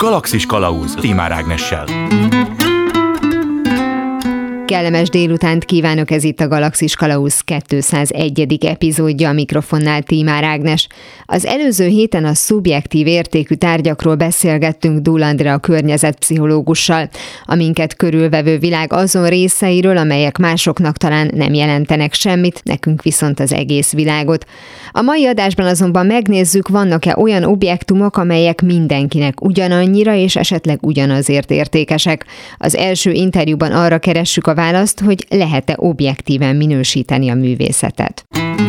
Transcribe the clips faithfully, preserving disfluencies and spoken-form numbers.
Galaxis Kalauz Tímár Ágnessel. Kellemes délutánt kívánok, ez itt a Galaxis Kalauz kétszázegyedik epizódja, a mikrofonnál Tímár Ágnes. Az előző héten a szubjektív értékű tárgyakról beszélgettünk Dúl Andrea környezetpszichológussal, a minket körülvevő világ azon részeiről, amelyek másoknak talán nem jelentenek semmit, nekünk viszont az egész világot. A mai adásban azonban megnézzük, vannak-e olyan objektumok, amelyek mindenkinek ugyanannyira és esetleg ugyanazért értékesek. Az első interjúban arra keressük a választ, hogy lehet-e objektíven minősíteni a művészetet.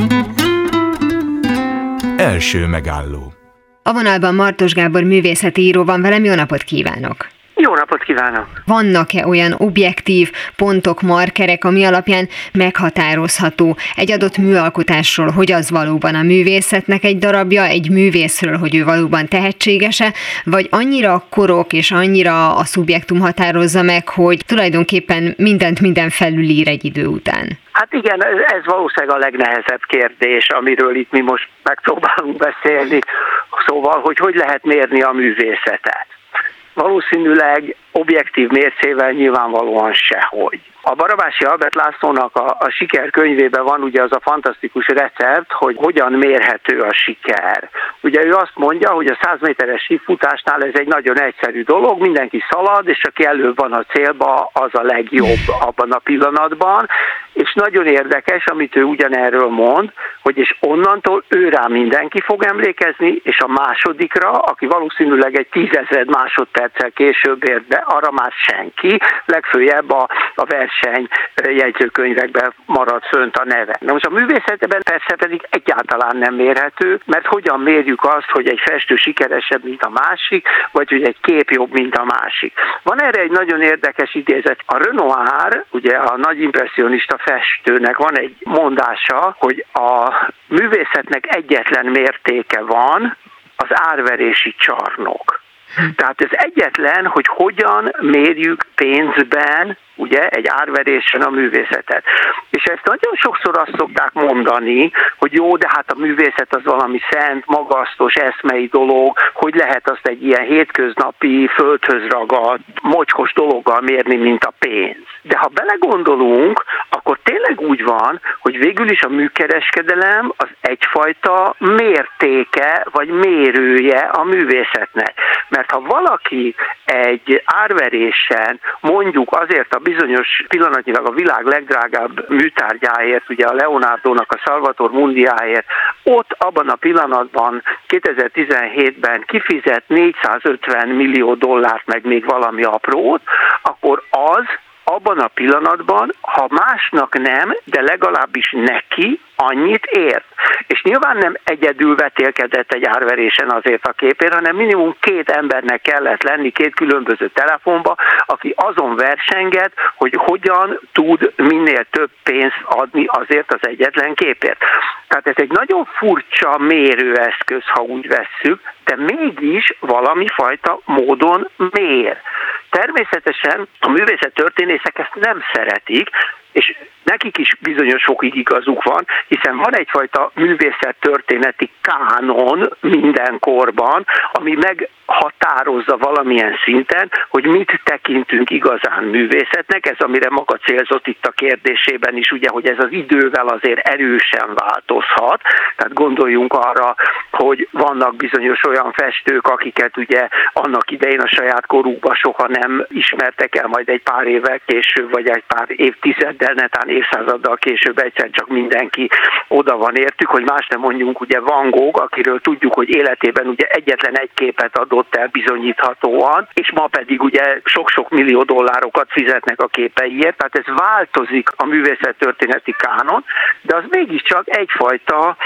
Első megálló. A vonalban Martos Gábor művészeti író van velem, jó napot kívánok! Jó napot kívánok! Vannak-e olyan objektív pontok, markerek, ami alapján meghatározható egy adott műalkotásról, hogy az valóban a művészetnek egy darabja, egy művészről, hogy ő valóban tehetséges-e, vagy annyira a korok és annyira a szubjektum határozza meg, hogy tulajdonképpen mindent minden felülír egy idő után? Hát igen, ez valószínűleg a legnehezebb kérdés, amiről itt mi most megpróbálunk beszélni. Szóval, hogy hogy lehet mérni a művészetet. Valószínűleg objektív mércével nyilvánvalóan sehogy. A Barabási Albert Lászlónak a, a siker könyvében van ugye az a fantasztikus recept, hogy hogyan mérhető a siker. Ugye ő azt mondja, hogy a száz méteres sífutásnál ez egy nagyon egyszerű dolog, mindenki szalad, és aki előbb van a célba, az a legjobb abban a pillanatban, és nagyon érdekes, amit ő ugyanerről mond, hogy és onnantól ő rá mindenki fog emlékezni, és a másodikra, aki valószínűleg egy tízezred másodperccel később ért be, arra már senki, legfőjebb a, a verseny jegyzőkönyvekben marad fönt a neve. Na most a művészetben persze pedig egyáltalán nem mérhető, mert hogyan mérjük azt, hogy egy festő sikeresebb, mint a másik, vagy hogy egy kép jobb, mint a másik. Van erre egy nagyon érdekes idézet. A Renoir, ugye a nagy impresszionista festőnek van egy mondása, hogy a művészetnek egyetlen mértéke van, az árverési csarnok. Tehát ez egyetlen, hogy hogyan mérjük pénzben, ugye, egy árverésen a művészetet. És ezt nagyon sokszor azt szokták mondani, hogy jó, de hát a művészet az valami szent, magasztos, eszmei dolog, hogy lehet azt egy ilyen hétköznapi, földhöz ragadt, mocskos dologgal mérni, mint a pénz. De ha belegondolunk, akkor tényleg úgy van, hogy végül is a műkereskedelem az egyfajta mértéke, vagy mérője a művészetnek. Mert ha valaki egy árverésen mondjuk azért a bizonyos pillanatnyilag a világ legdrágább műtárgyáért, ugye a Leonardónak a Salvator Mundiáért, ott abban a pillanatban kétezer-tizenhétben kifizet négyszázötven millió dollárt, meg még valami aprót, akkor az abban a pillanatban, ha másnak nem, de legalábbis neki annyit ért. És nyilván nem egyedül vetélkedett egy árverésen azért a képért, hanem minimum két embernek kellett lenni két különböző telefonba, aki azon versenget, hogy hogyan tud minél több pénzt adni azért az egyetlen képért. Tehát ez egy nagyon furcsa mérőeszköz, ha úgy vesszük, de mégis valami fajta módon mér. Természetesen a művészettörténészek ezt nem szeretik, és nekik is bizonyos fokig igazuk van, hiszen van egyfajta művészettörténeti kánon mindenkorban, ami meghatározza valamilyen szinten, hogy mit tekintünk igazán művészetnek, ez amire maga célzott itt a kérdésében is, ugye, hogy ez az idővel azért erősen változhat, tehát gondoljunk arra, hogy vannak bizonyos olyan festők, akiket ugye annak idején a saját korukban soha nem ismertek el, majd egy pár évvel később, vagy egy pár évtizeddel, netán évszázaddal később egyszer csak mindenki oda van értük, hogy más nem mondjunk, ugye Van Gogh, akiről tudjuk, hogy életében ugye egyetlen egy képet adott el bizonyíthatóan, és ma pedig ugye sok-sok millió dollárokat fizetnek a képeiért, tehát ez változik a művészettörténeti kánon, de az mégiscsak egyfajta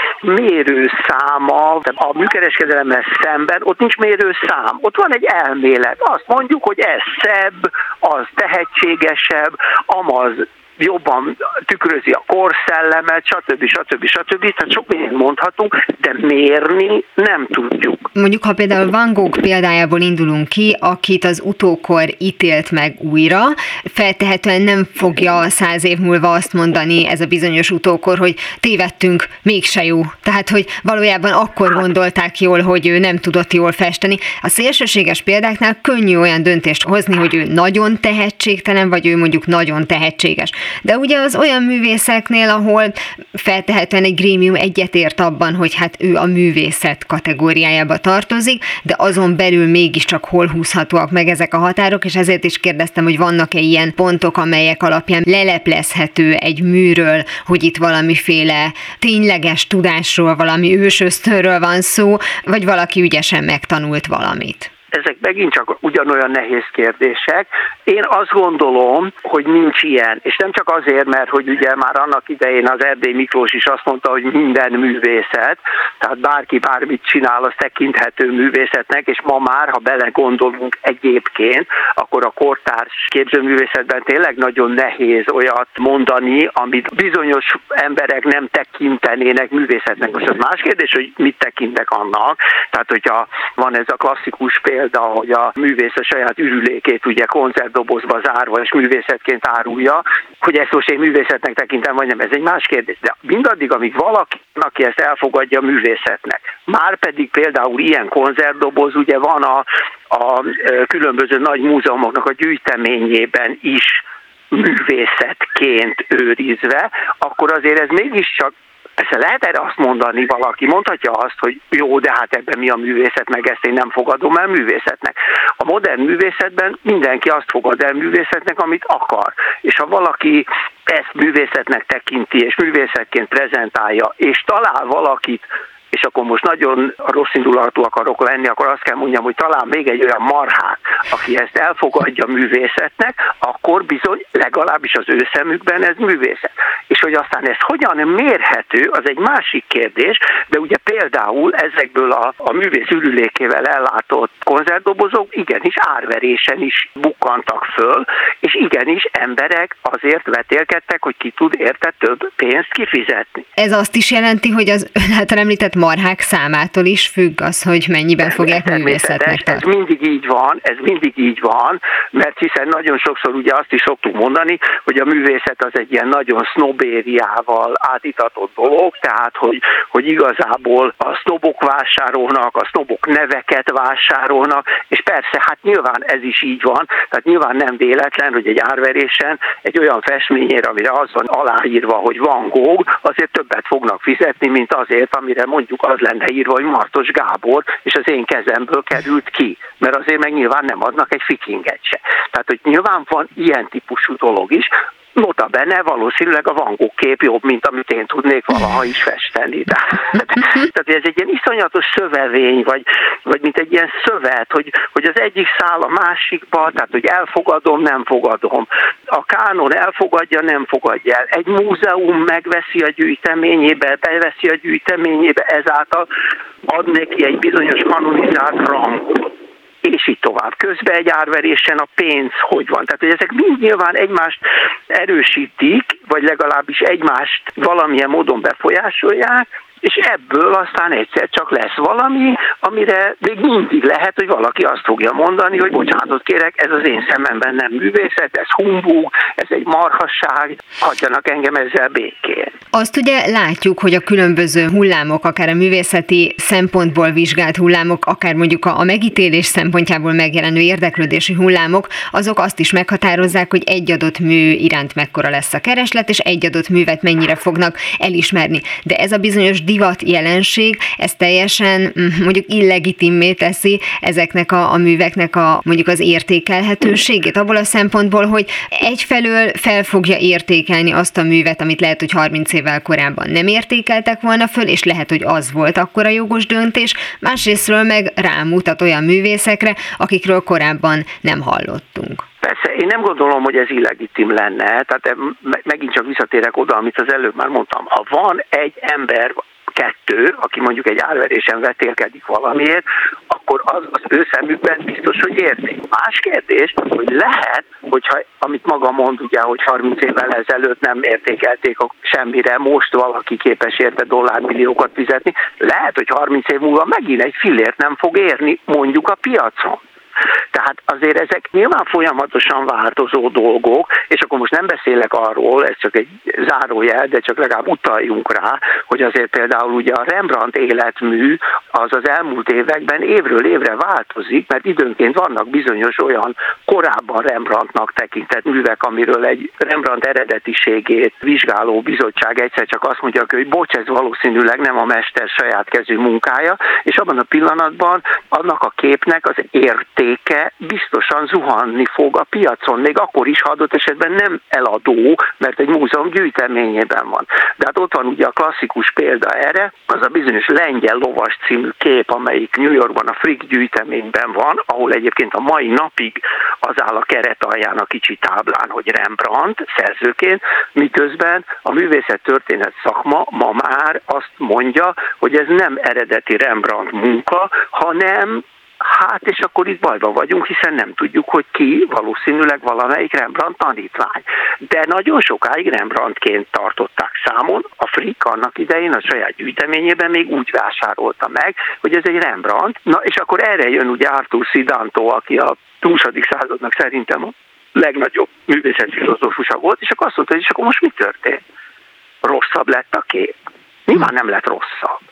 mérőszáma, a műkereskedelemmel szemben ott nincs mérőszám, ott van egy elmélet, azt mondjuk, hogy ez szebb, az tehetségesebb, amaz jobban tükrözi a korszellemet, stb. stb. stb. Tehát sok mindent mondhatunk, de mérni nem tudjuk. Mondjuk, ha például Van Gogh példájából indulunk ki, akit az utókor ítélt meg újra, feltehetően nem fogja száz év múlva azt mondani ez a bizonyos utókor, hogy tévedtünk, mégse jó. Tehát, hogy valójában akkor gondolták jól, hogy ő nem tudott jól festeni. A szélsőséges példáknál könnyű olyan döntést hozni, hogy ő nagyon tehetségtelen, vagy ő mondjuk nagyon tehetséges. De ugye az olyan művészeknél, ahol feltehetően egy grémium egyetért abban, hogy hát ő a művészet kategóriájába tartozik, de azon belül mégiscsak hol húzhatóak meg ezek a határok, és ezért is kérdeztem, hogy vannak-e ilyen pontok, amelyek alapján leleplezhető egy műről, hogy itt valamiféle tényleges tudásról, valami ősösztönről van szó, vagy valaki ügyesen megtanult valamit. Ezek megint csak ugyanolyan nehéz kérdések. Én azt gondolom, hogy nincs ilyen, és nem csak azért, mert hogy ugye már annak idején az Erdélyi Miklós is azt mondta, hogy minden művészet, tehát bárki bármit csinál, az tekinthető művészetnek, és ma már, ha belegondolunk egyébként, akkor a kortárs képzőművészetben tényleg nagyon nehéz olyat mondani, amit bizonyos emberek nem tekintenének művészetnek. Most az más kérdés, hogy mit tekintek annak. Tehát, hogyha van ez a klasszikus példa, példa, hogy a művész a saját ürülékét ugye koncertdobozba zárva és művészetként árulja, hogy ezt most én művészetnek tekintem, vagy nem, ez egy más kérdés. De mindaddig, amíg valaki, aki ezt elfogadja művészetnek, már pedig például ilyen koncertdoboz ugye van a, a különböző nagy múzeumoknak a gyűjteményében is művészetként őrizve, akkor azért ez mégiscsak persze lehet erre azt mondani valaki, mondhatja azt, hogy jó, de hát ebben mi a művészet, meg ezt én nem fogadom el művészetnek. A modern művészetben mindenki azt fogad el művészetnek, amit akar. És ha valaki ezt művészetnek tekinti, és művészetként prezentálja, és talál valakit, és akkor most nagyon rossz indulatú akarok lenni, akkor azt kell mondjam, hogy talán még egy olyan marhát, aki ezt elfogadja művészetnek, akkor bizony legalábbis az ő szemükben ez művészet. És hogy aztán ez hogyan mérhető, az egy másik kérdés, de ugye például ezekből a, a művész ürülékével ellátott konzervdobozok igenis árverésen is bukkantak föl, és igenis emberek azért vetélkedtek, hogy ki tud érte több pénzt kifizetni. Ez azt is jelenti, hogy az ön által említett marhák számától is függ az, hogy mennyiben fogják művészetnek tartani. Ez mindig így van, ez mindig így van, mert hiszen nagyon sokszor ugye azt is szoktuk mondani, hogy a művészet az egy ilyen nagyon sznobériával átitatott dolog, tehát hogy, hogy igazából a sznobok vásárolnak, a sznobok neveket vásárolnak, és persze, hát nyilván ez is így van, tehát nyilván nem véletlen, hogy egy árverésen egy olyan festményére, amire az van aláírva, hogy Van Gogh, azért többet fognak fizetni, mint azért, amire mondjuk az lenne írva, hogy Martos Gábor, és az én kezemből került ki, mert azért meg nyilván nem adnak egy fikinget se. Tehát, hogy nyilván van ilyen típusú dolog is, nota bene valószínűleg a Van Gogh kép jobb, mint amit én tudnék valaha is festeni. Tehát ez egy ilyen iszonyatos szövevény, vagy, vagy mint egy ilyen szövet, hogy, hogy az egyik száll a másikba, tehát hogy elfogadom, nem fogadom. A kánon elfogadja, nem fogadja el. Egy múzeum megveszi a gyűjteményébe, beveszi a gyűjteményébe, ezáltal ad neki egy bizonyos kanonizált rangot. És így tovább. Közben egy árverésen a pénz hogy van. Tehát, hogy ezek mind nyilván egymást erősítik, vagy legalábbis egymást valamilyen módon befolyásolják, és ebből aztán egyszer csak lesz valami, amire még mindig lehet, hogy valaki azt fogja mondani, hogy bocsánatot kérek, ez az én szememben nem művészet, ez humbug, ez egy marhasság, hagyjanak engem ezzel békén. Azt ugye látjuk, hogy a különböző hullámok, akár a művészeti szempontból vizsgált hullámok, akár mondjuk a megítélés szempontjából megjelenő érdeklődési hullámok, azok azt is meghatározzák, hogy egy adott mű iránt mekkora lesz a kereslet, és egy adott művet mennyire fognak elismerni. De ez a bizonyos divat jelenség, ez teljesen mondjuk illegitimmé teszi ezeknek a, a műveknek a mondjuk az értékelhetőségét, abból a szempontból, hogy egyfelől fel fogja értékelni azt a művet, amit lehet, hogy harminc évvel korábban nem értékeltek volna föl, és lehet, hogy az volt akkor a jogos döntés, másrésztről meg rámutat olyan művészekre, akikről korábban nem hallottunk. Persze, én nem gondolom, hogy ez illegitim lenne, tehát megint csak visszatérek oda, amit az előbb már mondtam. Ha van egy ember, kettő, aki mondjuk egy árverésen vetélkedik valamiért, akkor az az ő szemükben biztos, hogy érték. Más kérdés, hogy lehet, hogyha, amit maga mond, ugye, hogy harminc évvel ezelőtt nem értékelték semmire, most valaki képes érte dollármilliókat fizetni, lehet, hogy harminc év múlva megint egy fillért nem fog érni mondjuk a piacon. Tehát azért ezek nyilván folyamatosan változó dolgok, és akkor most nem beszélek arról, ez csak egy zárójel, de csak legalább utaljunk rá, hogy azért például ugye a Rembrandt életmű az az elmúlt években évről évre változik, mert időnként vannak bizonyos olyan korábban Rembrandtnak tekintett művek, amiről egy Rembrandt eredetiségét vizsgáló bizottság egyszer csak azt mondja, hogy bocs, ez valószínűleg nem a mester saját kezű munkája, és abban a pillanatban annak a képnek az érték biztosan zuhanni fog a piacon, még akkor is, ha adott esetben nem eladó, mert egy múzeum gyűjteményében van. De hát ott van ugye a klasszikus példa erre, az a bizonyos Lengyel lovas című kép, amelyik New Yorkban a Frick gyűjteményben van, ahol egyébként a mai napig az áll a keret alján a kicsi táblán, hogy Rembrandt szerzőként, miközben a művészettörténet szakma ma már azt mondja, hogy ez nem eredeti Rembrandt munka, hanem hát, és akkor itt bajban vagyunk, hiszen nem tudjuk, hogy ki, valószínűleg valamelyik Rembrandt tanítvány. De nagyon sokáig Rembrandtként tartották számon, a Frick annak idején a saját gyűjteményében még úgy vásárolta meg, hogy ez egy Rembrandt. Na, és akkor erre jön ugye Arthur C. Danto, aki a huszadik századnak szerintem a legnagyobb művészetfilozófusa volt, és akkor azt mondta, hogy és akkor most mi történt? Rosszabb lett a kép? Nyilván nem lett rosszabb.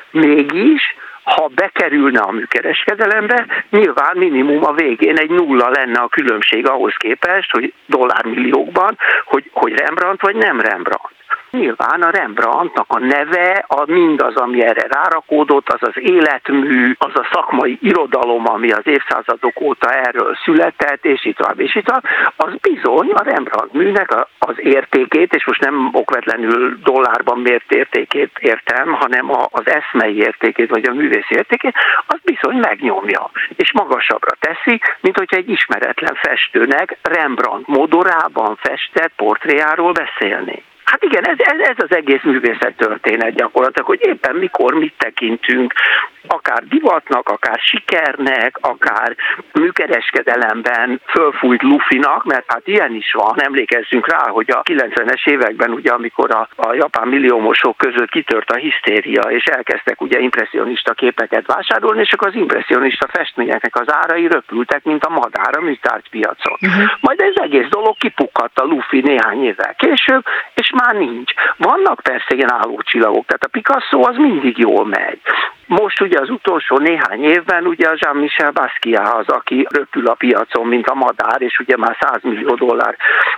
Mégis, ha bekerülne a műkereskedelembe, nyilván minimum a végén egy nulla lenne a különbség ahhoz képest, hogy dollármilliókban, hogy, hogy Rembrandt vagy nem Rembrandt. Nyilván a Rembrandtnak a neve, a mindaz, ami erre rárakódott, az az életmű, az a szakmai irodalom, ami az évszázadok óta erről született, és így tovább, és így tovább, az bizony a Rembrandt műnek az értékét, és most nem okvetlenül dollárban mért értékét értem, hanem az eszmei értékét, vagy a művészi értékét, az bizony megnyomja, és magasabbra teszi, mint hogyha egy ismeretlen festőnek Rembrandt modorában festett portréjáról beszélni. Hát igen, ez, ez, ez az egész művészettörténet gyakorlatilag, hogy éppen mikor mit tekintünk, akár divatnak, akár sikernek, akár műkereskedelemben fölfújt lufinak, mert hát ilyen is van. Emlékezzünk rá, hogy a kilencvenes években, ugye, amikor a, a japán milliómosok között kitört a hisztéria, és elkezdtek ugye impresszionista képeket vásárolni, és akkor az impresszionista festményeknek az árai röpültek, mint a madár a műtárgypiacon. Uh-huh. Majd ez egész dolog kipukkadt a lufi néhány évvel később, és már nincs. Vannak persze ilyen állócsillagok, tehát a Picasso az mindig jól megy. Most ugye az utolsó néhány évben ugye a Jean-Michel Basquiat az, aki röpül a piacon, mint a madár, és ugye már száz millió dollár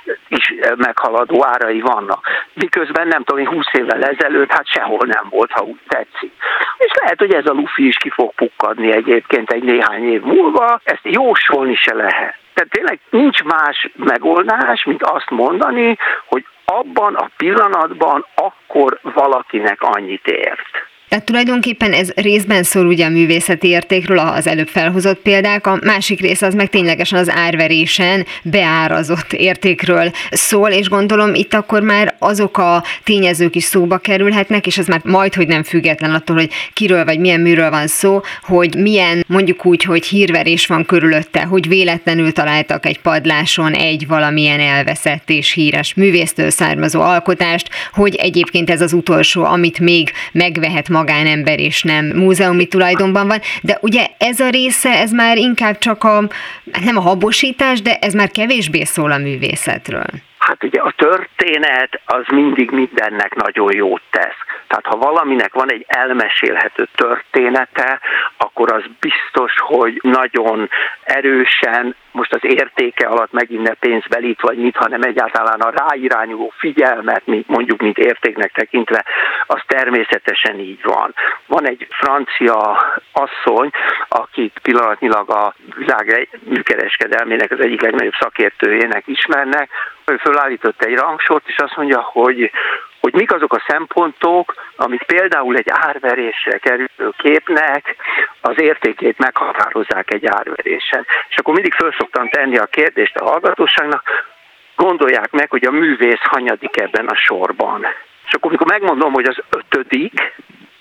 is meghaladó árai vannak. Miközben nem tudom, húsz évvel ezelőtt hát sehol nem volt, ha úgy tetszik. És lehet, hogy ez a lufi is ki fog pukkadni egyébként egy néhány év múlva, ezt jósolni se lehet. Tehát tényleg nincs más megoldás, mint azt mondani, hogy abban a pillanatban akkor valakinek annyit ért. Tehát tulajdonképpen ez részben szól ugye a művészeti értékről, az előbb felhozott példák, a másik rész az meg ténylegesen az árverésen beárazott értékről szól, és gondolom itt akkor már azok a tényezők is szóba kerülhetnek, és ez már majdhogy nem független attól, hogy kiről vagy milyen műről van szó, hogy milyen, mondjuk úgy, hogy hírverés van körülötte, hogy véletlenül találtak egy padláson egy valamilyen elveszett és híres művésztől származó alkotást, hogy egyébként ez az utolsó, amit még megvehet magánember és nem múzeumi tulajdonban van, de ugye ez a része, ez már inkább csak a, nem a habosítás, de ez már kevésbé szól a művészetről. Hát ugye a történet az mindig mindennek nagyon jót tesz. Tehát ha valaminek van egy elmesélhető története, akkor az biztos, hogy nagyon erősen, most az értéke alatt megint ne pénzbelit vagy mit, hanem egyáltalán a ráirányuló figyelmet, mondjuk mint értéknek tekintve, az természetesen így van. Van egy francia asszony, akit pillanatnyilag a világ műkereskedelmének az egyik legnagyobb szakértőjének ismernek, ő fölállított egy rangsort, és azt mondja, hogy hogy mik azok a szempontok, amik például egy árverésre kerülő képnek az értékét meghatározzák egy árverésen. És akkor mindig föl szoktam tenni a kérdést a hallgatóságnak, gondolják meg, hogy a művész hanyadik ebben a sorban. És akkor, amikor megmondom, hogy az ötödik,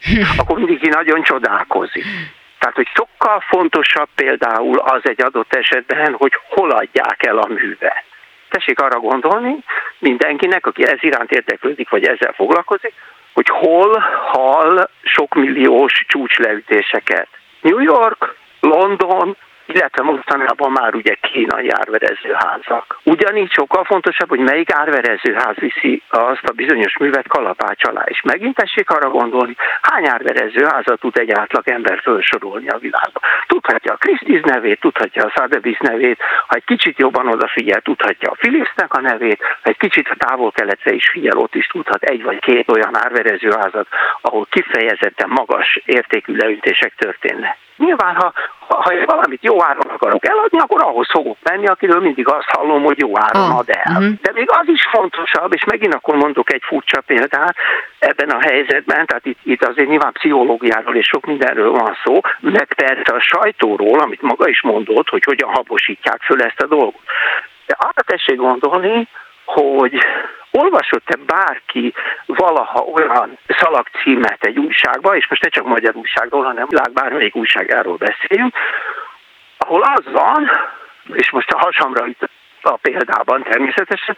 akkor mindig nagyon csodálkozik. Tehát, hogy sokkal fontosabb például az egy adott esetben, hogy hol adják el a művet. Tessék arra gondolni, mindenkinek, aki ez iránt érdeklődik, vagy ezzel foglalkozik, hogy hol hall sokmilliós csúcsleütéseket. New York, London, illetve mostanában már ugye kínai árverezőházak. Ugyanígy sokkal fontosabb, hogy melyik árverezőház viszi azt a bizonyos művet kalapács alá. És megint tessék arra gondolni, hány árverezőházat tud egy átlag ember felsorolni a világban. Tudhatja a Christie's nevét, tudhatja a Sotheby's nevét, ha egy kicsit jobban odafigyel, tudhatja a Philipsnek a nevét, ha egy kicsit a távol-keletre is figyel, ott is tudhat egy vagy két olyan árverezőházat, ahol kifejezetten magas értékű leütések történnek. Nyilván, ha, ha valamit jó áron akarok eladni, akkor ahhoz fogok menni, akiről mindig azt hallom, hogy jó áron ad el. Uh-huh. De még az is fontosabb, és megint akkor mondok egy furcsa példát ebben a helyzetben, tehát itt, itt azért nyilván pszichológiáról és sok mindenről van szó, meg persze a sajtóról, amit maga is mondott, hogy hogyan habosítják föl ezt a dolgot. De arra tessék gondolni, hogy olvasott-e bárki valaha olyan szalagcímet egy újságban, és most ne csak magyar újságról, hanem világ bármelyik újságáról beszélünk, ahol az van, és most a hasamra itt a példában természetesen,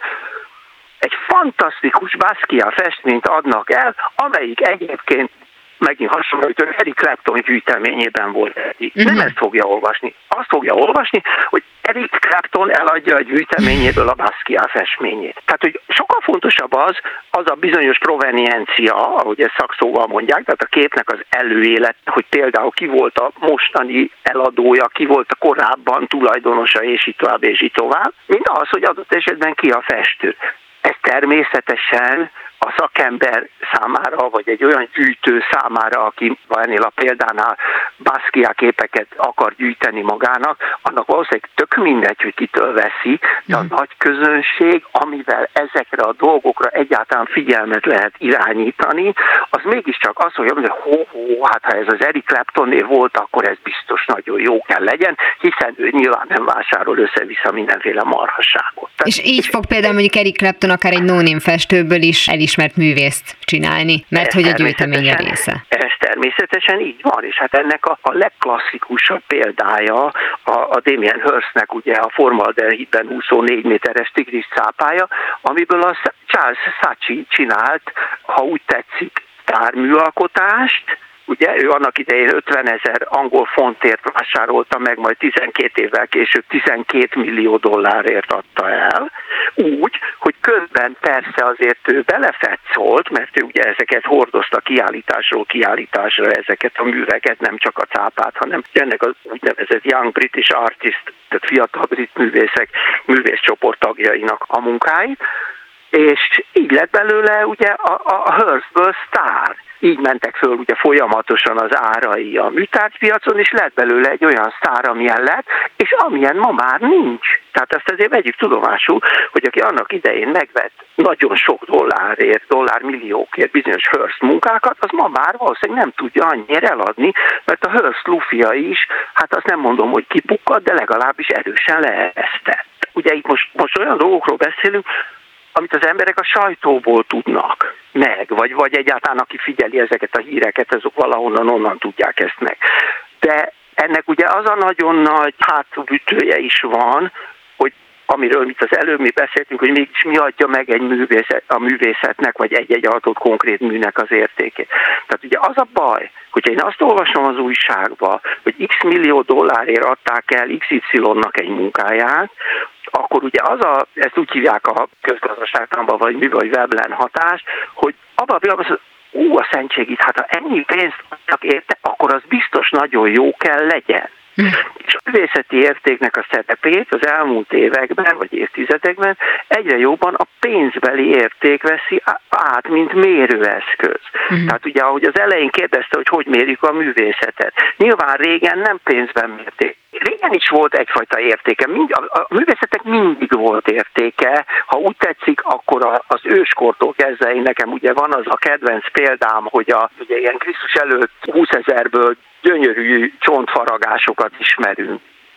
egy fantasztikus Basquiat festményt adnak el, amelyik egyébként megint hasonlítően Eric Clapton gyűjteményében volt eddig. Uh-huh. Nem ezt fogja olvasni. Azt fogja olvasni, hogy Eric Clapton eladja a gyűjteményéből a Basquiat festményét. Tehát, hogy sokkal fontosabb az, az a bizonyos proveniencia, ahogy ezt szakszóval mondják, tehát a képnek az előélet, hogy például ki volt a mostani eladója, ki volt a korábban tulajdonosa, és így tovább, és így tovább, mint az, hogy adott esetben ki a festő. Ez természetesen a szakember számára, vagy egy olyan gyűjtő számára, aki ennél a példánál Basquiat képeket akar gyűjteni magának, annak valószínűleg tök mindegy, hogy kitől veszi, de a nagy közönség, amivel ezekre a dolgokra egyáltalán figyelmet lehet irányítani, az mégiscsak azt mondja, hogy hó, hó, hát ha ez az Eric Claptonnél volt, akkor ez biztos nagyon jó kell legyen, hiszen ő nyilván nem vásárol össze-vissza mindenféle marhasságot. És így fog például mondjuk Eric Clapton akár egy no-name festőből is elismert művészt csinálni, mert ez hogy a gyűjteménye része. Ez természetesen így van, és hát ennek a, a legklasszikusabb példája a, a Damien Hirstnek ugye a formaldehidben huszonnégy méteres tigris cápája, amiből a Charles Saatchi csinált, ha úgy tetszik, tárműalkotást. Ugye ő annak idején ötvenezer angol fontért vásárolta meg, majd tizenkét évvel később tizenkét millió dollárért adta el. Úgy, hogy közben persze azért ő belefetszolt, mert ő ugye ezeket hordozta kiállításról kiállításra, ezeket a műveket, nem csak a cápát, hanem ennek az úgynevezett Young British Artist, tehát fiatal brit művészek, művészcsoport tagjainak a munkáit, és így lett belőle ugye a, a Hearstből sztár. Így mentek föl ugye folyamatosan az árai a műtárgypiacon, és lett belőle egy olyan sztár, amilyen lett, és amilyen ma már nincs. Tehát ezt azért vegyük tudomásul, hogy aki annak idején megvett nagyon sok dollárért, dollármilliókért bizonyos Hearst munkákat, az ma már valószínűleg nem tudja annyira eladni, mert a Hearst lufia is, hát azt nem mondom, hogy kipukkad, de legalábbis erősen leeresztett. Ugye itt most, most olyan dolgokról beszélünk, amit az emberek a sajtóból tudnak meg, vagy, vagy egyáltalán aki figyeli ezeket a híreket, azok valahonnan onnan tudják ezt meg. De ennek ugye az a nagyon nagy hátulütője is van, hogy amiről mit az előbb mi beszéltünk, hogy mégis mi adja meg egy művészet, a művészetnek, vagy egy-egy adott konkrét műnek az értékét. Tehát ugye az a baj, hogyha én azt olvasom az újságba, hogy x millió dollárért adták el iksz ipszilonnak egy munkáját, akkor ugye az a, ezt úgy hívják a közgazdaságtanban, vagy mi, vagy Veblen hatás, hogy abban a pillanatban az, ú, a szentség itt, hát ha ennyi pénzt adnak érte, akkor az biztos nagyon jó kell legyen. Mm. És a művészeti értéknek a szerepét az elmúlt években, vagy évtizedekben egyre jobban a pénzbeli érték veszi át, mint mérőeszköz. Mm. Tehát ugye, ahogy az elején kérdezte, hogy hogy mérjük a művészetet. Nyilván régen nem pénzben mérték. Régen is volt egyfajta értéke. Mind, a, a művészetnek mindig volt értéke. Ha úgy tetszik, akkor a, az őskortól kezdve, én nekem ugye van az a kedvenc példám, hogy a, ugye ilyen Krisztus előtt húszezerből gyönyörű csontfaragásokat ismerünk.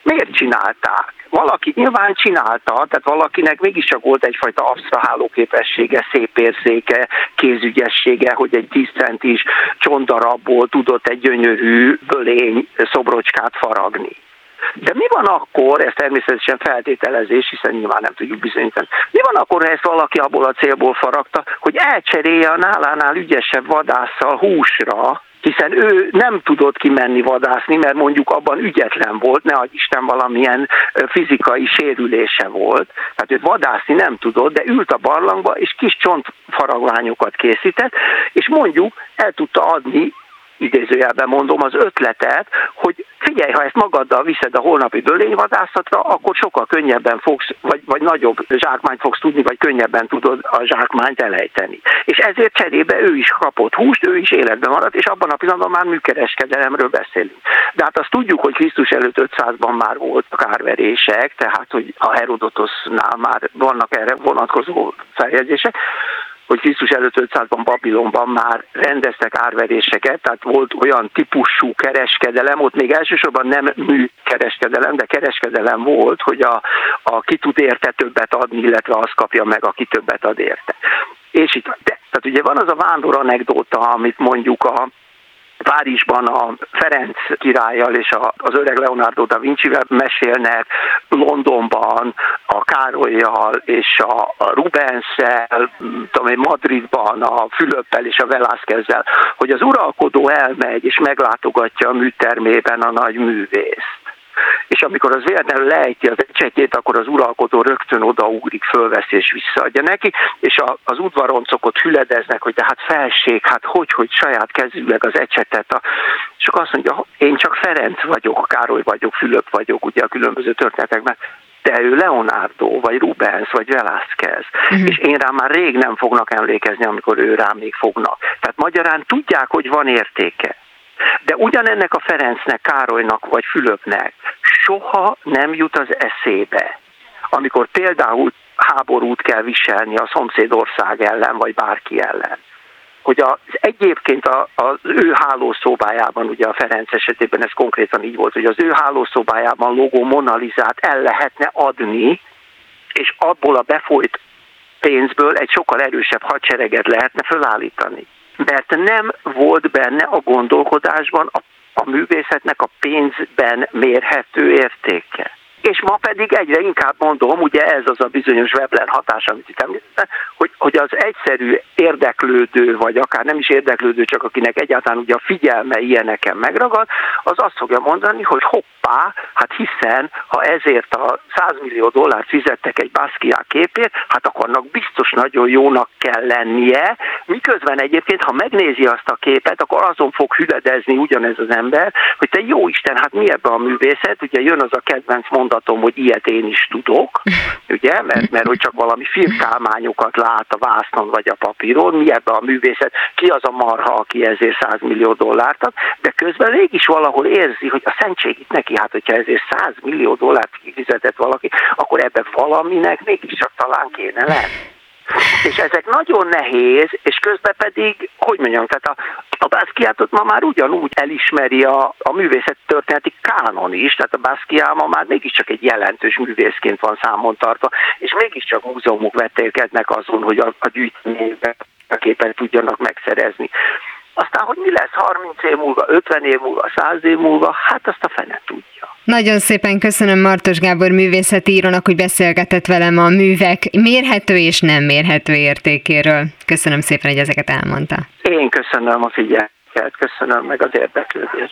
Miért csinálták? Valaki nyilván csinálta, tehát valakinek mégiscsak volt egyfajta absztraháló képessége, szép érzéke, kézügyessége, hogy egy tíz centis csontdarabból tudott egy gyönyörű bölény szobrocskát faragni. De mi van akkor, ez természetesen feltételezés, hiszen nyilván nem tudjuk bizonyítani, mi van akkor, ha ezt valaki abból a célból faragta, hogy elcserélje a nálánál ügyesebb vadásszal húsra, hiszen ő nem tudott kimenni vadászni, mert mondjuk abban ügyetlen volt, ne adj Isten valamilyen fizikai sérülése volt. Tehát őt vadászni nem tudott, de ült a barlangba, és kis csontfaragványokat készített, és mondjuk el tudta adni, idézőjelben mondom, az ötletet, hogy figyelj, ha ezt magaddal viszed a holnapi bölényvadászatra, akkor sokkal könnyebben fogsz, vagy, vagy nagyobb zsákmányt fogsz tudni, vagy könnyebben tudod a zsákmányt elejteni. És ezért cserébe ő is kapott húst, ő is életben maradt, és abban a pillanatban már műkereskedelemről beszélünk. De hát azt tudjuk, hogy Krisztus előtt ötszázban már voltak árverések, tehát hogy a Herodotosnál már vannak erre vonatkozó feljegyzések, hogy Krisztus előtt ötszázban Babilonban már rendeztek árveréseket, tehát volt olyan típusú kereskedelem, ott még elsősorban nem műkereskedelem, de kereskedelem volt, hogy a, a ki tud érte többet adni, illetve azt kapja meg, aki többet ad érte. És itt, de, tehát ugye van az a vándor anekdóta, amit mondjuk a Párizsban a Ferenc királlyal és a, az öreg Leonardo da Vincivel mesélnek, Londonban a Károllyal és a, a Rubenssel, tudom, Madridban a Fülöppel és a Velázquezzel, hogy az uralkodó elmegy és meglátogatja a műtermében a nagy művészt. És amikor az véletlenül lejti az ecsetjét, akkor az uralkodó rögtön odaugrik, fölveszi és visszaadja neki, és a, az udvaroncok hüledeznek, hogy de hát felség, hát hogy, hogy saját kezűleg az ecsetet. A... És akkor azt mondja, én csak Ferenc vagyok, Károly vagyok, Fülöp vagyok, ugye a különböző történetekben, de ő Leonardo, vagy Rubens, vagy Velázquez, uh-huh. és én rám már rég nem fognak emlékezni, amikor ő rám még fognak. Tehát magyarán tudják, hogy van értéke. De ugyanennek a Ferencnek, Károlynak vagy Fülöpnek soha nem jut az eszébe, amikor például háborút kell viselni a szomszédország ellen, vagy bárki ellen, hogy az egyébként a, az ő hálószobájában, ugye a Ferenc esetében ez konkrétan így volt, hogy az ő hálószobájában lógó Mona Lisát el lehetne adni, és abból a befolyt pénzből egy sokkal erősebb hadsereget lehetne felállítani. Mert nem volt benne a gondolkodásban a, a művészetnek a pénzben mérhető értéke. És ma pedig egyre inkább mondom, ugye ez az a bizonyos Veblen hatás, amit itt említettem, hogy, hogy az egyszerű érdeklődő, vagy akár nem is érdeklődő, csak akinek egyáltalán ugye a figyelme ilyeneken megragad, az azt fogja mondani, hogy hoppá, hát hiszen, ha ezért a száz millió dollárt fizettek egy Basquiat képért, hát akkor annak biztos nagyon jónak kell lennie, miközben egyébként, ha megnézi azt a képet, akkor azon fog hüledezni ugyanez az ember, hogy te jó Isten, hát mi ebbe a művészet, ugye jön az a kedvenc mondatom, hogy ilyet én is tudok, ugye, mert, mert hogy csak valami filmkálmányokat lát a vásznon vagy a papíron, mi ebbe a művészet, ki az a marha, aki ezért száz millió dollárt ad, de közben mégis valahol érzi, hogy a szentség itt neki, hát hogyha ezért száz millió dollárt kifizetett valaki, akkor ebbe valaminek mégiscsak talán kéne lenni. És ezek nagyon nehéz, és közben pedig, hogy mondjam, tehát a, a Basquiatot ma már ugyanúgy elismeri a, a művészet történeti kánon is, tehát a Basquiat ma már mégiscsak egy jelentős művészként van számon tartva, és mégiscsak múzeumok vetélkednek azon, hogy a, a gyűjteményben a képet tudjanak megszerezni. Aztán, hogy mi lesz harminc év múlva, ötven év múlva, száz év múlva, hát azt a fene tudja. Nagyon szépen köszönöm Martos Gábor művészeti írónak, hogy beszélgetett velem a művek mérhető és nem mérhető értékéről. Köszönöm szépen, hogy ezeket elmondta. Én köszönöm a figyelmet, köszönöm meg az érdeklődést.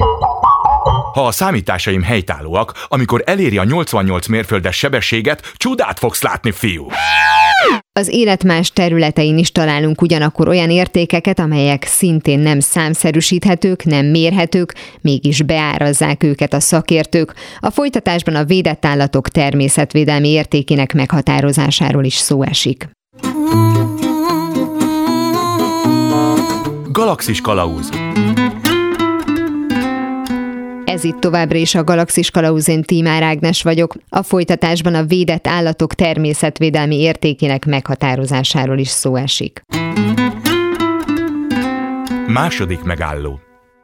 Ha a számításaim helytállóak, amikor eléri a nyolcvannyolc mérföldes sebességet, csodát fogsz látni, fiú! Az élet más területein is találunk ugyanakkor olyan értékeket, amelyek szintén nem számszerűsíthetők, nem mérhetők, mégis beárazzák őket a szakértők. A folytatásban a védett állatok természetvédelmi értékének meghatározásáról is szó esik. Galaxis Kalauz. Ez itt továbbra is a Galaxis Kalauz, én Tímár Ágnes vagyok. A folytatásban a védett állatok természetvédelmi értékének meghatározásáról is szó esik. Második megálló.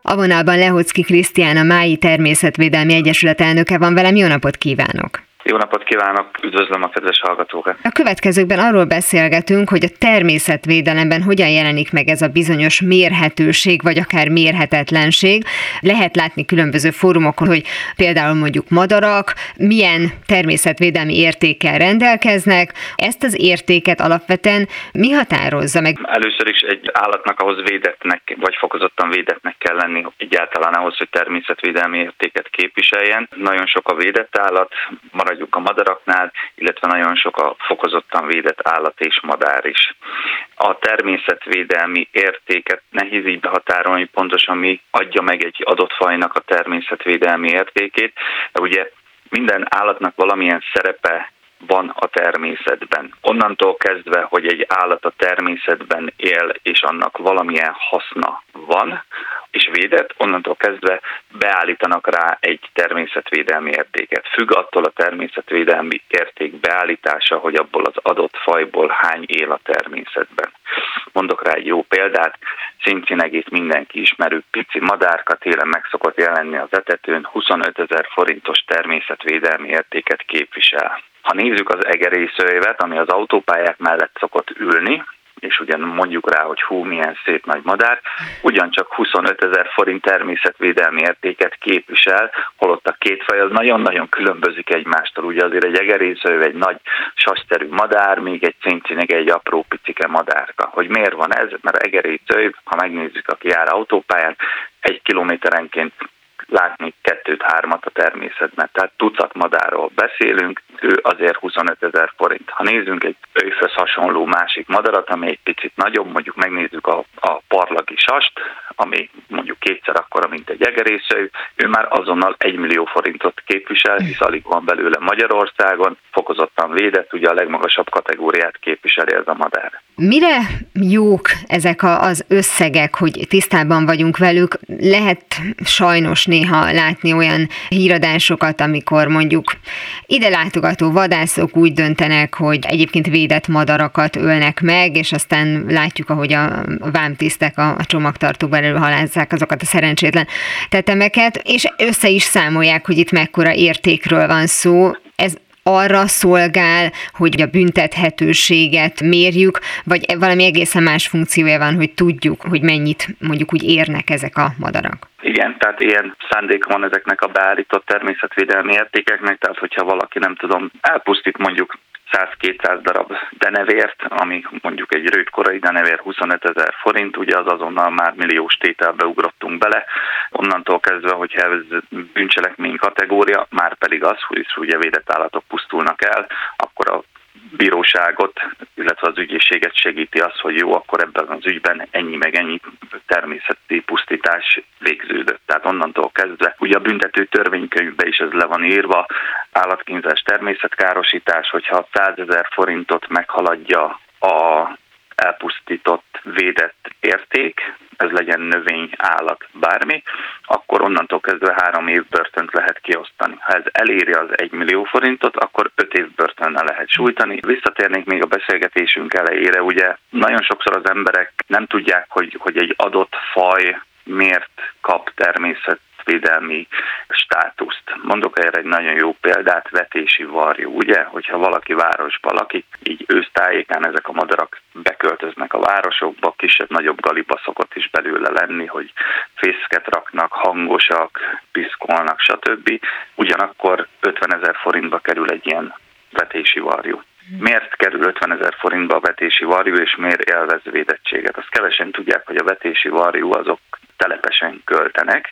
A vonalban Lehocki Krisztián, a Mályi Természetvédelmi Egyesület elnöke van velem. Jó napot kívánok! Jó napot kívánok, üdvözlöm a kedves hallgatókat! A következőkben arról beszélgetünk, hogy a természetvédelemben hogyan jelenik meg ez a bizonyos mérhetőség, vagy akár mérhetetlenség. Lehet látni különböző fórumokon, hogy például mondjuk madarak milyen természetvédelmi értékkel rendelkeznek. Ezt az értéket alapvetően mi határozza meg? Először is egy állatnak ahhoz védettnek, vagy fokozottan védettnek kell lenni egyáltalán ahhoz, hogy természetvédelmi értéket képviseljen. Nagyon sok a védett állat, maradjunk a madaraknál, illetve nagyon sok a fokozottan védett állat és madár is. A természetvédelmi értéket nehéz így behatárolni, pontosan mi adja meg egy adott fajnak a természetvédelmi értékét, de ugye minden állatnak valamilyen szerepe van a természetben. Onnantól kezdve, hogy egy állat a természetben él, és annak valamilyen haszna van, és védett, onnantól kezdve beállítanak rá egy természetvédelmi értéket. Függ attól a természetvédelmi érték beállítása, hogy abból az adott fajból hány él a természetben. Mondok rá egy jó példát, cincsinegét mindenki ismerő pici madárka télen meg szokott jelenni az etetőn, huszonötezer forintos természetvédelmi értéket képvisel. Ha nézzük az egerészőévet, ami az autópályák mellett szokott ülni, és ugyan mondjuk rá, hogy hú, milyen szép nagy madár, ugyancsak huszonötezer forint természetvédelmi értéket képvisel, holott a két faj az nagyon-nagyon különbözik egymástól. Ugye azért egy egerészőév egy nagy sasszerű madár, még egy cincsinege egy apró picike madárka. Hogy miért van ez? Mert egerészőév, ha megnézzük, aki jár autópályán, egy kilométerenként látni kettőt-hármat a természetben. Tehát tucat madárról beszélünk, ő azért huszonötezer forint. Ha nézzünk egy őfhöz hasonló másik madarat, ami egy picit nagyobb, mondjuk megnézzük a, a parlagi sast, ami mondjuk kétszer akkora, mint egy egerészőjű, ő már azonnal egy millió forintot képvisel, hisz alig van belőle Magyarországon, fokozottan védett, ugye a legmagasabb kategóriát képviseli ez a madár. Mire jók ezek az összegek, hogy tisztában vagyunk velük? Lehet sajnos néha látni olyan híradásokat, amikor mondjuk ide látogató vadászok úgy döntenek, hogy egyébként védett madarakat ölnek meg, és aztán látjuk, ahogy a vámtisztek a csomagtartókban előhalázzák azokat a szerencsétlen tetemeket, és össze is számolják, hogy itt mekkora értékről van szó. Ez arra szolgál, hogy a büntethetőséget mérjük, vagy valami egészen más funkciója van, hogy tudjuk, hogy mennyit mondjuk úgy érnek ezek a madarak? Igen, tehát ilyen szándéka van ezeknek a beállított természetvédelmi értékeknek, tehát hogyha valaki, nem tudom, elpusztít mondjuk száz-kétszáz darab denevért, ami mondjuk egy rövidkorai denevér huszonötezer forint, ugye az azonnal már milliós tételbe ugrottunk bele. Onnantól kezdve, hogyha ez bűncselekmény kategória, már pedig az, hogy ugye védett állatok pusztulnak el, akkor a bíróságot, illetve az ügyészséget segíti az, hogy jó, akkor ebben az ügyben ennyi meg ennyi természeti pusztítás végződött. Tehát onnantól kezdve, ugye a büntető törvénykönyvben is ez le van írva, állatkínzás, természetkárosítás, hogyha százezer forintot meghaladja a elpusztított, védett érték, ez legyen növény, állat, bármi, akkor onnantól kezdve három év börtönt lehet kiosztani. Ha ez eléri az egy millió forintot, akkor öt év börtönnel lehet sújtani. Visszatérnék még a beszélgetésünk elejére, ugye nagyon sokszor az emberek nem tudják, hogy, hogy egy adott faj miért kap természet védelmi státuszt. Mondok erre egy nagyon jó példát, vetési varjú, ugye? Hogyha valaki városban lakik, így ősztájékán ezek a madarak beköltöznek a városokba, kisebb-nagyobb galiba szokott is belőle lenni, hogy fészket raknak, hangosak, piszkolnak, stb. Ugyanakkor ötvenezer forintba kerül egy ilyen vetési varjú. Miért kerül ötvenezer forintba a vetési varjú, és miért élvez védettséget? Azt kevesen tudják, hogy a vetési varjú azok telepesen költenek,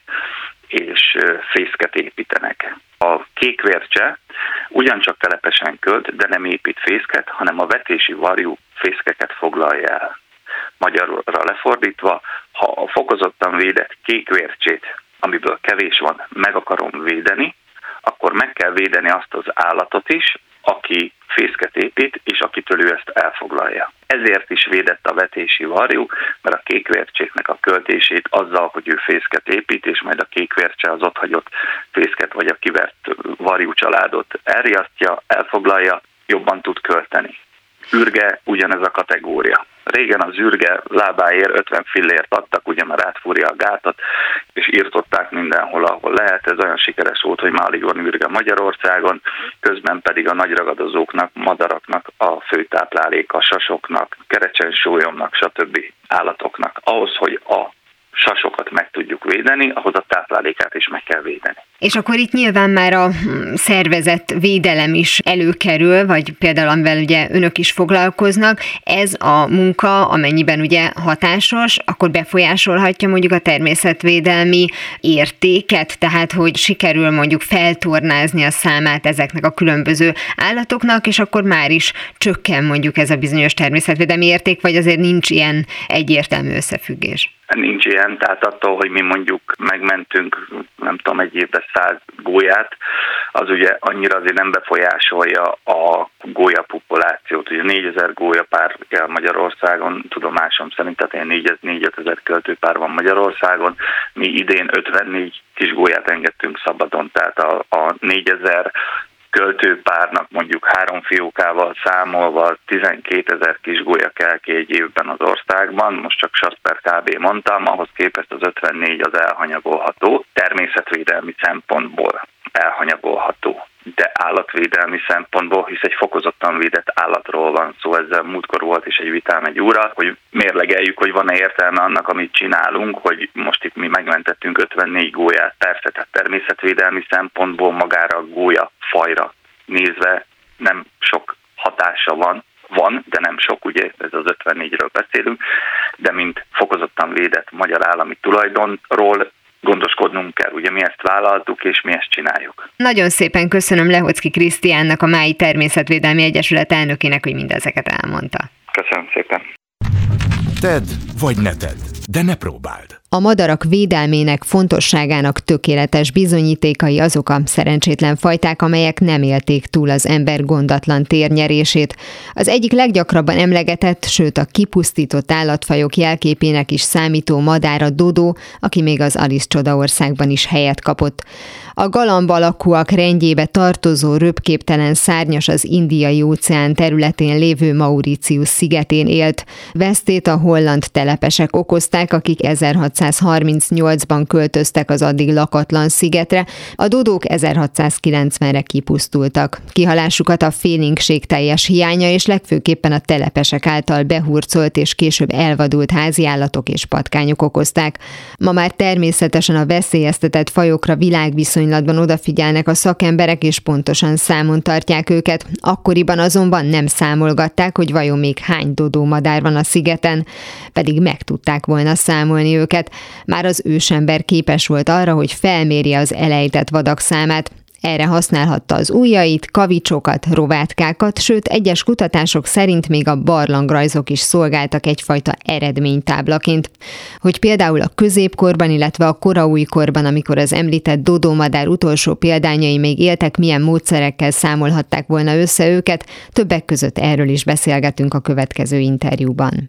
és fészket építenek. A kékvércse ugyancsak telepesen költ, de nem épít fészket, hanem a vetési varjú fészkeket foglalja el. Magyarra lefordítva, ha a fokozottan védett kékvércsét, amiből kevés van, meg akarom védeni, akkor meg kell védeni azt az állatot is, aki fészket épít, és akitől ő ezt elfoglalja. Ezért is védett a vetési varjú, mert a kékvércséknek a költését azzal, hogy ő fészket épít, és majd a kékvércse az ott hagyott fészket vagy a kivert varjú családot elriasztja, elfoglalja, jobban tud költeni. Ürge ugyanez a kategória. Régen az ürge lábáért ötven fillért adtak, ugye már átfúrja a gátat, és írtották mindenhol, ahol lehet. Ez olyan sikeres volt, hogy már alig van ürge Magyarországon, közben pedig a nagy ragadozóknak, madaraknak a főtápláléka, sasoknak, kerecsensólyomnak, stb. Állatoknak. Ahhoz, hogy a sasokat meg tudjuk védeni, ahhoz a táplálékát is meg kell védeni. És akkor itt nyilván már a szervezett védelem is előkerül, vagy például amivel ugye önök is foglalkoznak, ez a munka, amennyiben ugye hatásos, akkor befolyásolhatja mondjuk a természetvédelmi értéket, tehát hogy sikerül mondjuk feltornázni a számát ezeknek a különböző állatoknak, és akkor már is csökken mondjuk ez a bizonyos természetvédelmi érték, vagy azért nincs ilyen egyértelmű összefüggés? Nincs ilyen, tehát attól, hogy mi mondjuk megmentünk, nem tudom, egy évben száz gólyát, az ugye annyira azért nem befolyásolja a gólyapopulációt. Ugye négyezer gólyapár él Magyarországon, tudomásom szerint, tehát ilyen négy-ötezer költőpár van Magyarországon. Mi idén ötvennégy kis gólyát engedtünk szabadon, tehát a, a négyezer költőpárnak mondjuk három fiókával számolva tizenkétezer kis gólya kell ki egy évben az országban, most csak Sasper kb. Mondtam, ahhoz képest az ötvennégy az elhanyagolható, természetvédelmi szempontból elhanyagolható, de állatvédelmi szempontból, hisz egy fokozottan védett állatról van szó, ezzel múltkor volt is egy vitám egy úrral, hogy mérlegeljük, hogy van-e értelme annak, amit csinálunk, hogy most itt mi megmentettünk ötvennégy gólyát, persze, tehát természetvédelmi szempontból magára a gólya fajra nézve nem sok hatása van, van, de nem sok, ugye ez az ötvennégyről beszélünk, de mint fokozottan védett magyar állami tulajdonról gondoskodnunk kell, ugye mi ezt vállaltuk, és mi ezt csináljuk. Nagyon szépen köszönöm Lehocki Krisztiánnak, a Mái Természetvédelmi Egyesület elnökének, hogy mindezeket elmondta. Köszönöm szépen. Tedd, vagy ne tedd, de ne próbáld. A madarak védelmének fontosságának tökéletes bizonyítékai azok a szerencsétlen fajták, amelyek nem élték túl az ember gondatlan térnyerését. Az egyik leggyakrabban emlegetett, sőt a kipusztított állatfajok jelképének is számító madár a dodó, aki még az Alice csodaországban is helyet kapott. A galamb alakúak rendjébe tartozó röpképtelen szárnyas az Indiai-óceán területén lévő Mauritius szigetén élt. Vesztét a holland telepesek okozták, akik ezerhatszázharmincnyolcban költöztek az addig lakatlan szigetre, a dodók ezerhatszázkilencvenre kipusztultak. Kihalásukat a félénkség teljes hiánya és legfőképpen a telepesek által behurcolt és később elvadult háziállatok és patkányok okozták. Ma már természetesen a veszélyeztetett fajokra világviszonylatban odafigyelnek a szakemberek, és pontosan számon tartják őket. Akkoriban azonban nem számolgatták, hogy vajon még hány dodómadár van a szigeten, pedig meg tudták volna számolni őket. Már az ősember képes volt arra, hogy felmérje az elejtett vadak számát. Erre használhatta az ujjait, kavicsokat, rovátkákat, sőt egyes kutatások szerint még a barlangrajzok is szolgáltak egyfajta eredménytáblaként. Hogy például a középkorban, illetve a koraújkorban, amikor az említett dodómadár utolsó példányai még éltek, milyen módszerekkel számolhatták volna össze őket, többek között erről is beszélgetünk a következő interjúban.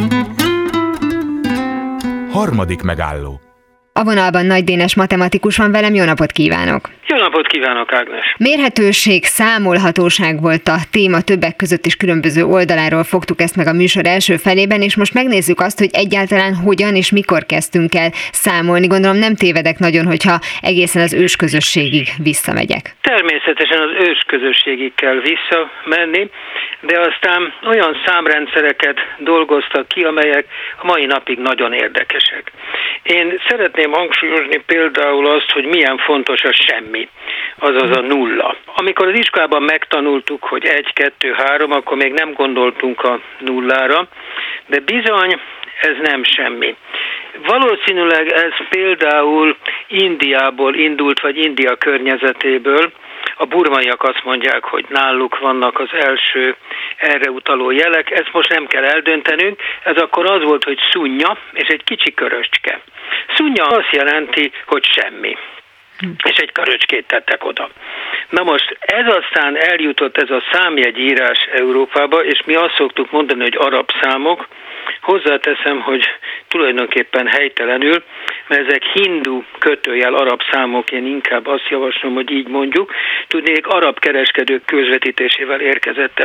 Harmadik megálló. A vonalban Nagy Dénes matematikus van velem, jó napot kívánok! Jó napot kívánok, Ágnes! Mérhetőség, számolhatóság volt a téma, többek között is különböző oldaláról fogtuk ezt meg a műsor első felében, és most megnézzük azt, hogy egyáltalán hogyan és mikor kezdtünk el számolni. Gondolom nem tévedek nagyon, hogyha egészen az ősközösségig visszamegyek. Természetesen az ősközösségig kell visszamenni, de aztán olyan számrendszereket dolgoztak ki, amelyek a mai napig nagyon érdekesek. Én szeretném hangsúlyozni például azt, hogy milyen fontos a semmi, azaz a nulla. Amikor az iskolában megtanultuk, hogy egy, kettő, három, akkor még nem gondoltunk a nullára, de bizony ez nem semmi. Valószínűleg ez például Indiából indult, vagy India környezetéből. A burmaiak azt mondják, hogy náluk vannak az első erre utaló jelek, ezt most nem kell eldöntenünk, ez akkor az volt, hogy szunnya és egy kicsi köröcske. Szunnya azt jelenti, hogy semmi, és egy köröcskét tettek oda. Na most ez aztán eljutott ez a számjegyírás Európába, és mi azt szoktuk mondani, hogy arab számok. Hozzáteszem, hogy tulajdonképpen helytelenül, mert ezek hindu kötőjel arab számok, én inkább azt javaslom, hogy így mondjuk. Tudnék, arab kereskedők közvetítésével érkezett el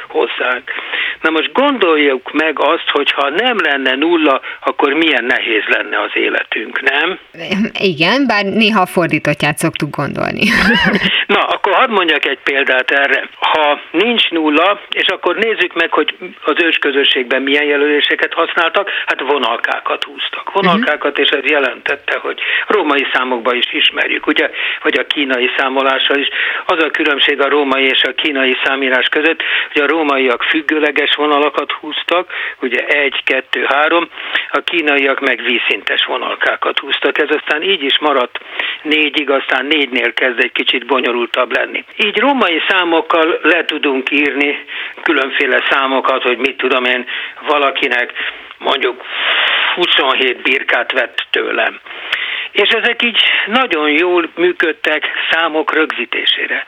hozzánk. Na most gondoljuk meg azt, hogy ha nem lenne nulla, akkor milyen nehéz lenne az életünk, nem? Igen, bár néha a fordítottját szoktuk gondolni. Na, akkor hadd mondjak egy példát erre. Ha nincs nulla, és akkor nézzük meg, hogy az ősközösségben milyen jelöléseket használtak, hát vonalkákat húztak. Vonalkákat, és ez jelentette, hogy római számokban is ismerjük, ugye, vagy a kínai számolással is. Az a különbség a római és a kínai számírás között, hogy a rómaiak függőleges vonalakat húztak, ugye egy, kettő, három, a kínaiak meg vízszintes vonalkákat húztak. Ez aztán így is maradt négyig, aztán négynél kezd egy kicsit bonyolultabb lenni. Így római számokkal le tudunk írni különféle számokat, hogy mit tudom én, valakinek mondjuk huszonhét birkát vett tőlem. És ezek így nagyon jól működtek számok rögzítésére.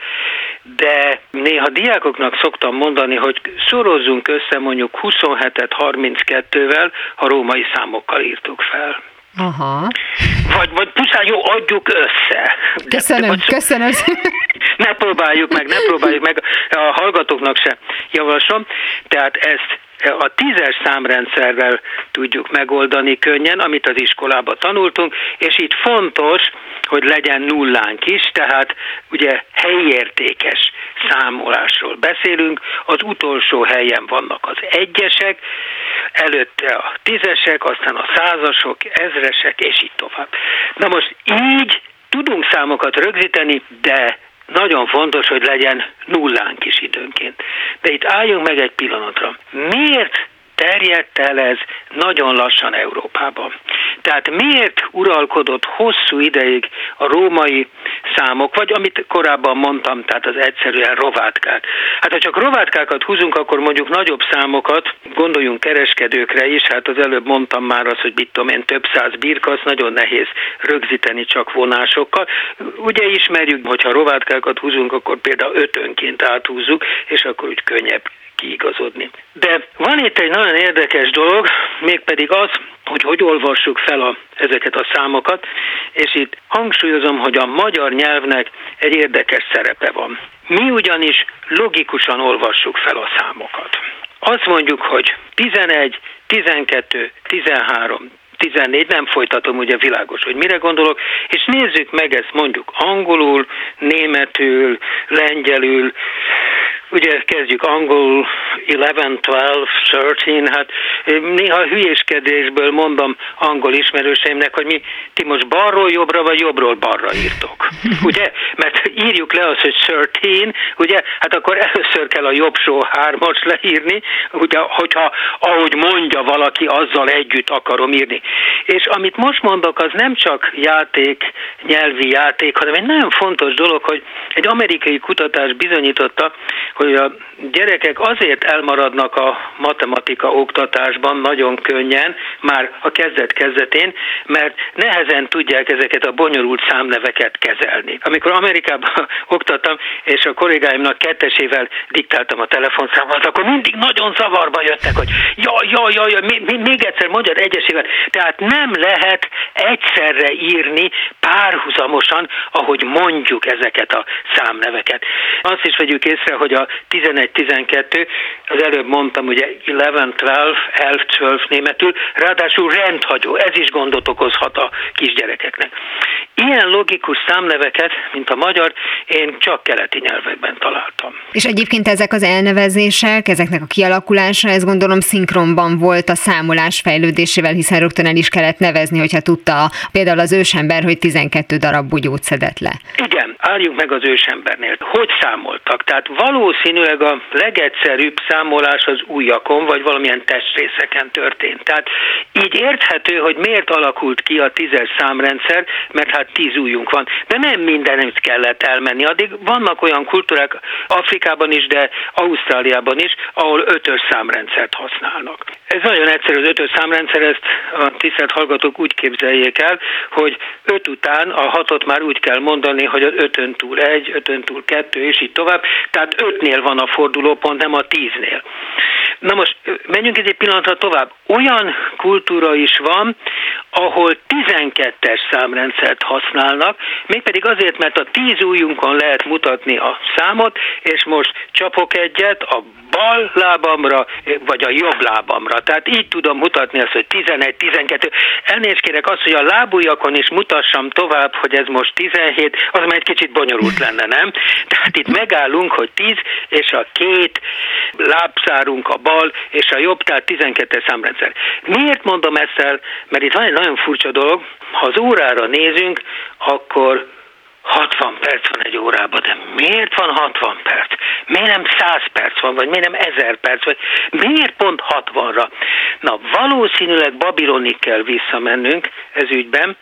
De néha diákoknak szoktam mondani, hogy szorozzunk össze mondjuk huszonhetet harminckettővel, ha római számokkal írtuk fel. Aha. Vagy, vagy pusztán jó, adjuk össze. Köszönöm, vagy, köszönöm. Ne próbáljuk meg, ne próbáljuk meg, a hallgatóknak se javaslom. Tehát ezt a tízes számrendszerrel tudjuk megoldani könnyen, amit az iskolában tanultunk, és itt fontos, hogy legyen nullánk is, tehát ugye helyértékes számolásról beszélünk, az utolsó helyen vannak az egyesek, előtte a tízesek, aztán a százasok, ezresek, és így tovább. Na most így tudunk számokat rögzíteni, de nagyon fontos, hogy legyen nullánk is időnként. De itt álljunk meg egy pillanatra. Miért terjedt el ez nagyon lassan Európában? Tehát miért uralkodott hosszú ideig a római számok, vagy amit korábban mondtam, tehát az egyszerűen rovátkák. Hát ha csak rovátkákat húzunk, akkor mondjuk nagyobb számokat, gondoljunk kereskedőkre is, hát az előbb mondtam már azt, hogy mit tudom én, több száz birka, azt nagyon nehéz rögzíteni csak vonásokkal. Ugye ismerjük, hogyha rovátkákat húzunk, akkor például ötönként áthúzzuk, és akkor úgy könnyebb kiigazodni. De van itt egy nagyon érdekes dolog, mégpedig az, hogy hogy olvassuk fel a, ezeket a számokat, és itt hangsúlyozom, hogy a magyar nyelvnek egy érdekes szerepe van. Mi ugyanis logikusan olvassuk fel a számokat. Azt mondjuk, hogy tizenegy, tizenkettő, tizenhárom, tizennégy, nem folytatom, ugye világos, hogy mire gondolok, és nézzük meg ezt mondjuk angolul, németül, lengyelül, ugye kezdjük angol eleven, twelve, thirteen, hát néha hülyéskedésből mondom angol ismerőseimnek, hogy mi, ti most balról jobbra, vagy jobbról balra írtok. Ugye? Mert írjuk le azt, hogy thirteen, ugye? Hát akkor először kell a jobbsó hármas leírni, ugye, hogyha ahogy mondja valaki, azzal együtt akarom írni. És amit most mondok, az nem csak játék, nyelvi játék, hanem egy nagyon fontos dolog, hogy egy amerikai kutatás bizonyította, hogy a gyerekek azért elmaradnak a matematika oktatásban nagyon könnyen, már a kezdet-kezdetén, mert nehezen tudják ezeket a bonyolult számneveket kezelni. Amikor Amerikában oktattam, és a kollégáimnak kettesével diktáltam a telefonszámot, akkor mindig nagyon zavarba jöttek, hogy jaj, jaj, jaj, jaj még, még egyszer mondjad egyesével. Tehát nem lehet egyszerre írni párhuzamosan, ahogy mondjuk ezeket a számneveket. Azt is vegyük észre, hogy a tizenegy, tizenkettő, az előbb mondtam, ugye eleven, twelve, elf, twelve németül, ráadásul rendhagyó, ez is gondot okozhat a kisgyerekeknek. Ilyen logikus számneveket, mint a magyar, én csak keleti nyelvekben találtam. És egyébként ezek az elnevezések, ezeknek a kialakulása, ez gondolom szinkronban volt a számolás fejlődésével, hiszen rögtön el is kellett nevezni, hogyha tudta például az ősember, hogy tizenkettő darab bugyót szedett le. Igen, álljunk meg az ősembernél. Hogy számoltak? Tehát valószínűleg a legegyszerűbb számolás az ujjakon, vagy valamilyen testrészeken történt. Tehát így érthető, hogy miért alakult ki a tízes számrendszer, mert hát tíz ujjunk van. De nem mindenütt kellett elmenni. Addig vannak olyan kultúrák Afrikában is, de Ausztráliában is, ahol ötös számrendszert használnak. Ez nagyon egyszerű, az ötös számrendszer, ezt a tisztelt hallgatók úgy képzeljék el, hogy öt után a hatot már úgy kell mondani, hogy az ötön túl egy, ötön túl kettő, és így tovább. Tehát ötnél van a fordulópont, nem a tíznél. Na most menjünk egy pillanatra tovább. Olyan kultúra is van, ahol tizenkettes számrendszert használnak, mégpedig azért, mert a tíz ujjunkon lehet mutatni a számot, és most csapok egyet a bal lábamra, vagy a jobb lábamra. Tehát így tudom mutatni azt, hogy tizenegy, tizenkettő. Elnézést kérek azt, hogy a lábujjakon is mutassam tovább, hogy ez most tizenhét, az már egy kicsit bonyolult lenne, nem? Tehát itt megállunk, hogy tíz, és a két lábszárunk a bal, és a jobb, tehát tizenkettes számrendszer. Miért mondom ezt el? Mert itt van egy nagyon furcsa dolog. Ha az órára nézünk, akkor hatvan perc van egy órában, de miért van hatvan perc? Miért nem száz perc van, vagy miért nem ezer perc, vagy miért pont hatvanra? Na, valószínűleg Babilonig kell visszamennünk ez ügyben,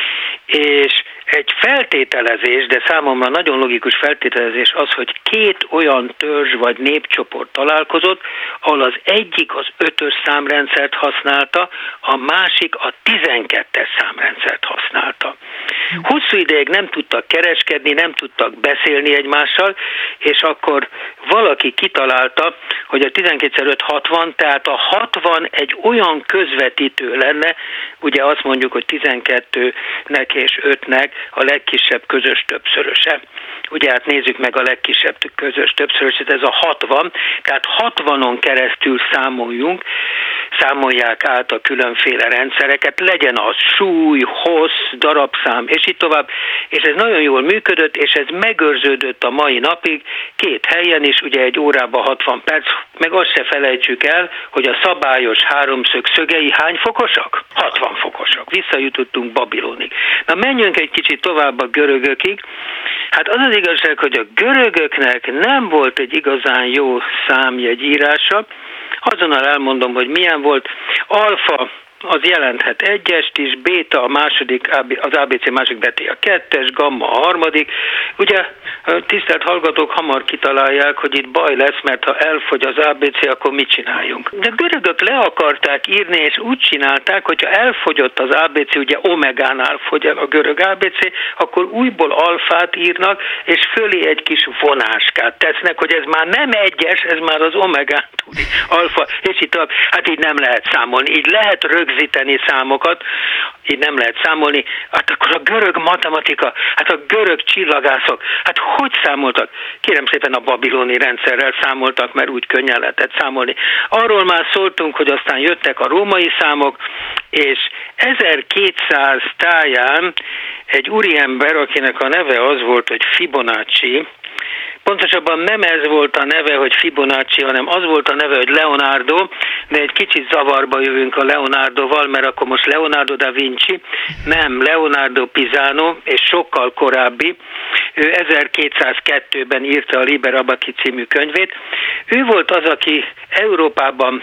és egy feltételezés, de számomra nagyon logikus feltételezés az, hogy két olyan törzs vagy népcsoport találkozott, ahol az egyik az ötös számrendszert használta, a másik a tizenkettes számrendszert használta. Hosszú ideig nem tudtak kereskedni, nem tudtak beszélni egymással, és akkor valaki kitalálta, hogy a tizenkettő öt hatvan, tehát a hatvan egy olyan közvetítő lenne, ugye azt mondjuk, hogy tizenkettőnek és ötnek a legkisebb közös többszöröse. Ugye hát nézzük meg a legkisebb közös többszöröset, ez a hatvan, tehát hatvanon keresztül számoljunk, számolják át a különféle rendszereket, legyen az súly, hossz, darabszám, és így tovább, és ez nagyon jól működött, és ez megőrződött a mai napig, két helyen is, ugye egy órában hatvan perc, meg azt se felejtsük el, hogy a szabályos háromszög szögei hány fokosak? hatvan fokosak. Visszajutottunk Babilonig. Na menjünk egy kicsit tovább a görögökig. Hát az az igazság, hogy a görögöknek nem volt egy igazán jó számjegyírása. Azonnal elmondom, hogy milyen volt. Alfa az jelenthet egyest is, béta a második, az á bé cé második betű a kettes, gamma a harmadik. Ugye tisztelt hallgatók hamar kitalálják, hogy itt baj lesz, mert ha elfogy az á bé cé, akkor mit csináljunk? De görögök le akarták írni, és úgy csinálták, hogyha elfogyott az á bé cé, ugye omegánál fogy el a görög á bé cé, akkor újból alfát írnak, és fölé egy kis vonáskát tesznek, hogy ez már nem egyes, ez már az omegán túli alfa, és itt tovább. Hát így nem lehet számolni, így lehet rögzíteni számokat, így nem lehet számolni. Hát akkor a görög matematika, hát a görög csillagászok, hát hogy számoltak? Kérem szépen a babiloni rendszerrel számoltak, mert úgy könnyen lehetett számolni. Arról már szóltunk, hogy aztán jöttek a római számok, és ezerkétszáz táján egy úriember, akinek a neve az volt, hogy Fibonacci, pontosabban nem ez volt a neve, hogy Fibonacci, hanem az volt a neve, hogy Leonardo, de egy kicsit zavarba jövünk a Leonardoval, mert akkor most Leonardo da Vinci, nem, Leonardo Pisano, és sokkal korábbi. Ő ezerkétszázkettőben írta a Liber Abaci című könyvét. Ő volt az, aki Európában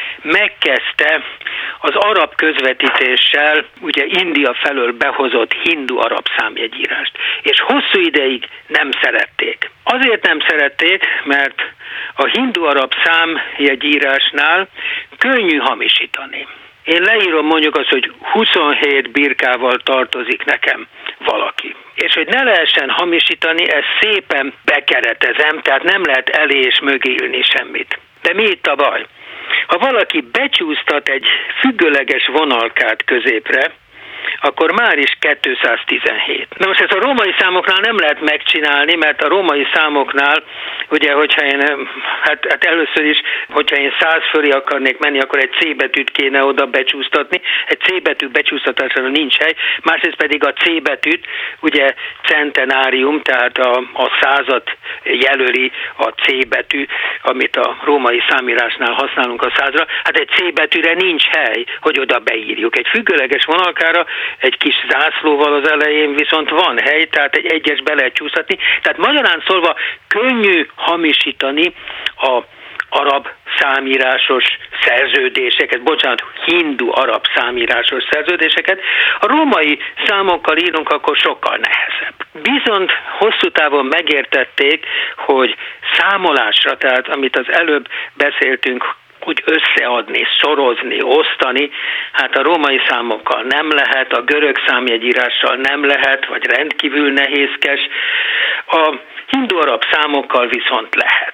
megkezdte az arab közvetítéssel, ugye India felől behozott hindu-arab számjegyírást. És hosszú ideig nem szerették. Azért nem szerették, mert a hindu-arab számjegyírásnál könnyű hamisítani. Én leírom mondjuk azt, hogy huszonhét birkával tartozik nekem valaki. És hogy ne lehessen hamisítani, ezt szépen bekeretezem, tehát nem lehet elé és mögé ülni semmit. De mi itt a baj? Ha valaki becsúsztat egy függőleges vonalkát középre, akkor már is kétszáztizenhét. Na most ezt a római számoknál nem lehet megcsinálni, mert a római számoknál, ugye, hogyha én, hát, hát először is, hogyha én száz fölé akarnék menni, akkor egy C betűt kéne oda becsúsztatni. Egy C betű becsúsztatására nincs hely, másrészt pedig a C betűt, ugye centenárium, tehát a, a százat jelöli a C betű, amit a római számírásnál használunk a százra. Hát egy C betűre nincs hely, hogy oda beírjuk. Egy függőleges vonalkára egy kis zászlóval az elején viszont van hely, tehát egy egyes be lehet csúsztatni. Tehát magyarán szólva könnyű hamisítani a arab számírásos szerződéseket, bocsánat, hindu-arab számírásos szerződéseket. A római számokkal írunk, akkor sokkal nehezebb. Bizont hosszú távon megértették, hogy számolásra, tehát amit az előbb beszéltünk, úgy összeadni, szorozni, osztani, hát a római számokkal nem lehet, a görög számjegyírással nem lehet, vagy rendkívül nehézkes, a hindu-arab számokkal viszont lehet.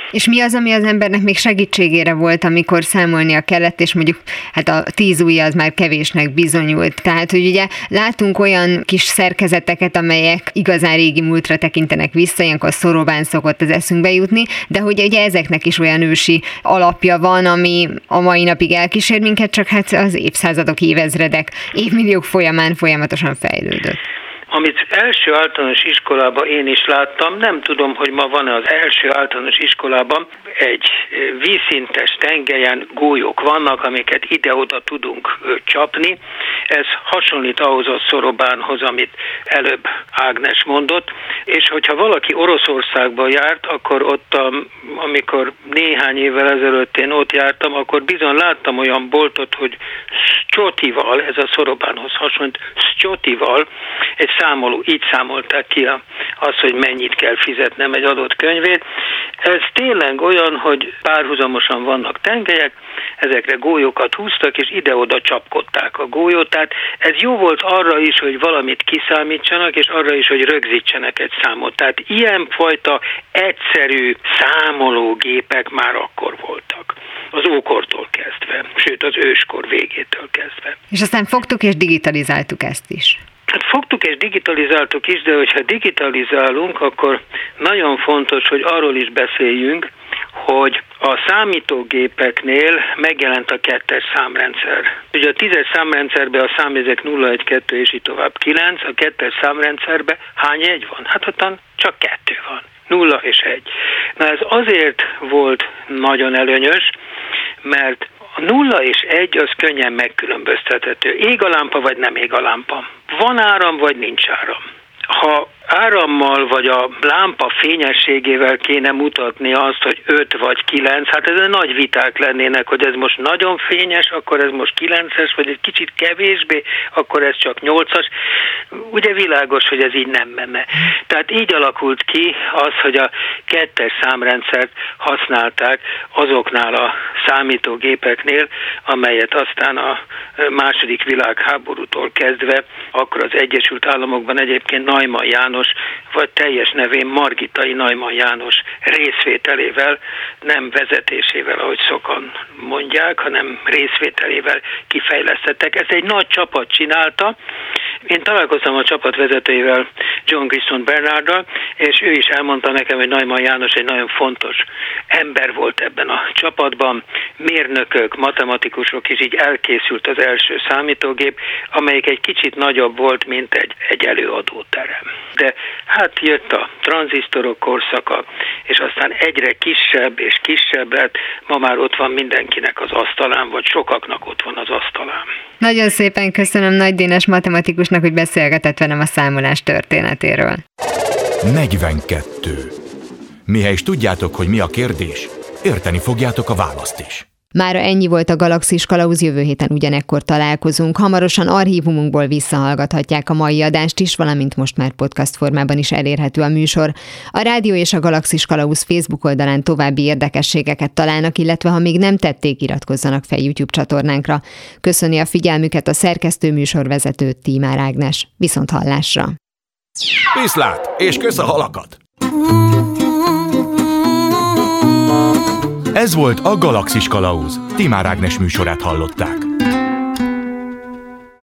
És mi az, ami az embernek még segítségére volt, amikor számolnia kellett, és mondjuk hát a tíz ujja az már kevésnek bizonyult. Tehát, hogy ugye látunk olyan kis szerkezeteket, amelyek igazán régi múltra tekintenek vissza, ilyenkor Szorobán szokott az eszünkbe jutni, de hogy ugye ezeknek is olyan ősi alapja van, ami a mai napig elkísér minket, csak hát az évszázadok, évezredek, évmilliók folyamán folyamatosan fejlődött. Amit első általános iskolában én is láttam, nem tudom, hogy ma van-e az első általános iskolában, egy vízszintes tengelyen gólyok vannak, amiket ide-oda tudunk csapni. Ez hasonlít ahhoz a Szorobánhoz, amit előbb Ágnes mondott, és hogyha valaki Oroszországba járt, akkor ott, amikor néhány évvel ezelőtt én ott jártam, akkor bizony láttam olyan boltot, hogy Sztyotival, ez a Szorobánhoz hasonlít, Sztyotival, egy számoló, így számolták ki az, hogy mennyit kell fizetnem egy adott könyvét. Ez tényleg olyan, hogy párhuzamosan vannak tengelyek, ezekre gólyokat húztak, és ide-oda csapkodták a gólyót. Tehát ez jó volt arra is, hogy valamit kiszámítsanak, és arra is, hogy rögzítsenek egy számot. Tehát ilyenfajta egyszerű számológépek már akkor voltak. Az ókortól kezdve, sőt az őskor végétől kezdve. És aztán fogtuk és digitalizáltuk ezt is. Hát fogtuk és digitalizáltuk is, de hogyha digitalizálunk, akkor nagyon fontos, hogy arról is beszéljünk, hogy a számítógépeknél megjelent a kettes számrendszer. Ugye a tízes számrendszerben a számjegyzék nulla, egy, kettő és így tovább kilenc, a kettes számrendszerben hány egy van? Hát ottan csak kettő van. Nulla és egy. Na ez azért volt nagyon előnyös, mert a nulla és egy az könnyen megkülönböztethető. Ég a lámpa, vagy nem ég a lámpa. Van áram, vagy nincs áram. Ha árammal vagy a lámpa fényességével kéne mutatni azt, hogy öt vagy kilenc, hát ez nagy viták lennének, hogy ez most nagyon fényes, akkor ez most kilences, vagy egy kicsit kevésbé, akkor ez csak nyolcas. Ugye világos, hogy ez így nem menne. Tehát így alakult ki az, hogy a kettes számrendszert használták azoknál a számítógépeknél, amelyet aztán a második világháborútól kezdve, akkor az Egyesült Államokban egyébként Neumann János, vagy teljes nevén Margitai Neumann János részvételével, nem vezetésével, ahogy sokan mondják, hanem részvételével kifejlesztettek. Ezt egy nagy csapat csinálta. Én találkoztam a csapat vezetőjével, John Grissom Bernarddal, és ő is elmondta nekem, hogy Neumann János egy nagyon fontos ember volt ebben a csapatban. Mérnökök, matematikusok, és így elkészült az első számítógép, amelyik egy kicsit nagyobb volt, mint egy, egy előadóterem. De hát jött a tranzisztorok korszaka, és aztán egyre kisebb és kisebb lett, ma már ott van mindenkinek az asztalán, vagy sokaknak ott van az asztalán. Nagyon szépen köszönöm Nagy Dénes matematikusnak, hogy beszélgetett velem a számolás történetéről. negyvenkettő. Mihely is tudjátok, hogy mi a kérdés, érteni fogjátok a választ is. Mára ennyi volt a Galaxis Kalauz, jövő héten ugyanekkor találkozunk. Hamarosan archívumunkból visszahallgathatják a mai adást is, valamint most már podcast formában is elérhető a műsor. A Rádió és a Galaxis Kalauz Facebook oldalán további érdekességeket találnak, illetve ha még nem tették, iratkozzanak fel YouTube csatornánkra. Köszöni a figyelmüket a szerkesztő műsorvezető Tímár Ágnes. Viszont hallásra! Viszlát, és kösz a halakat! Ez volt a Galaxis Kalauz. Tímár Ágnes műsorát hallották.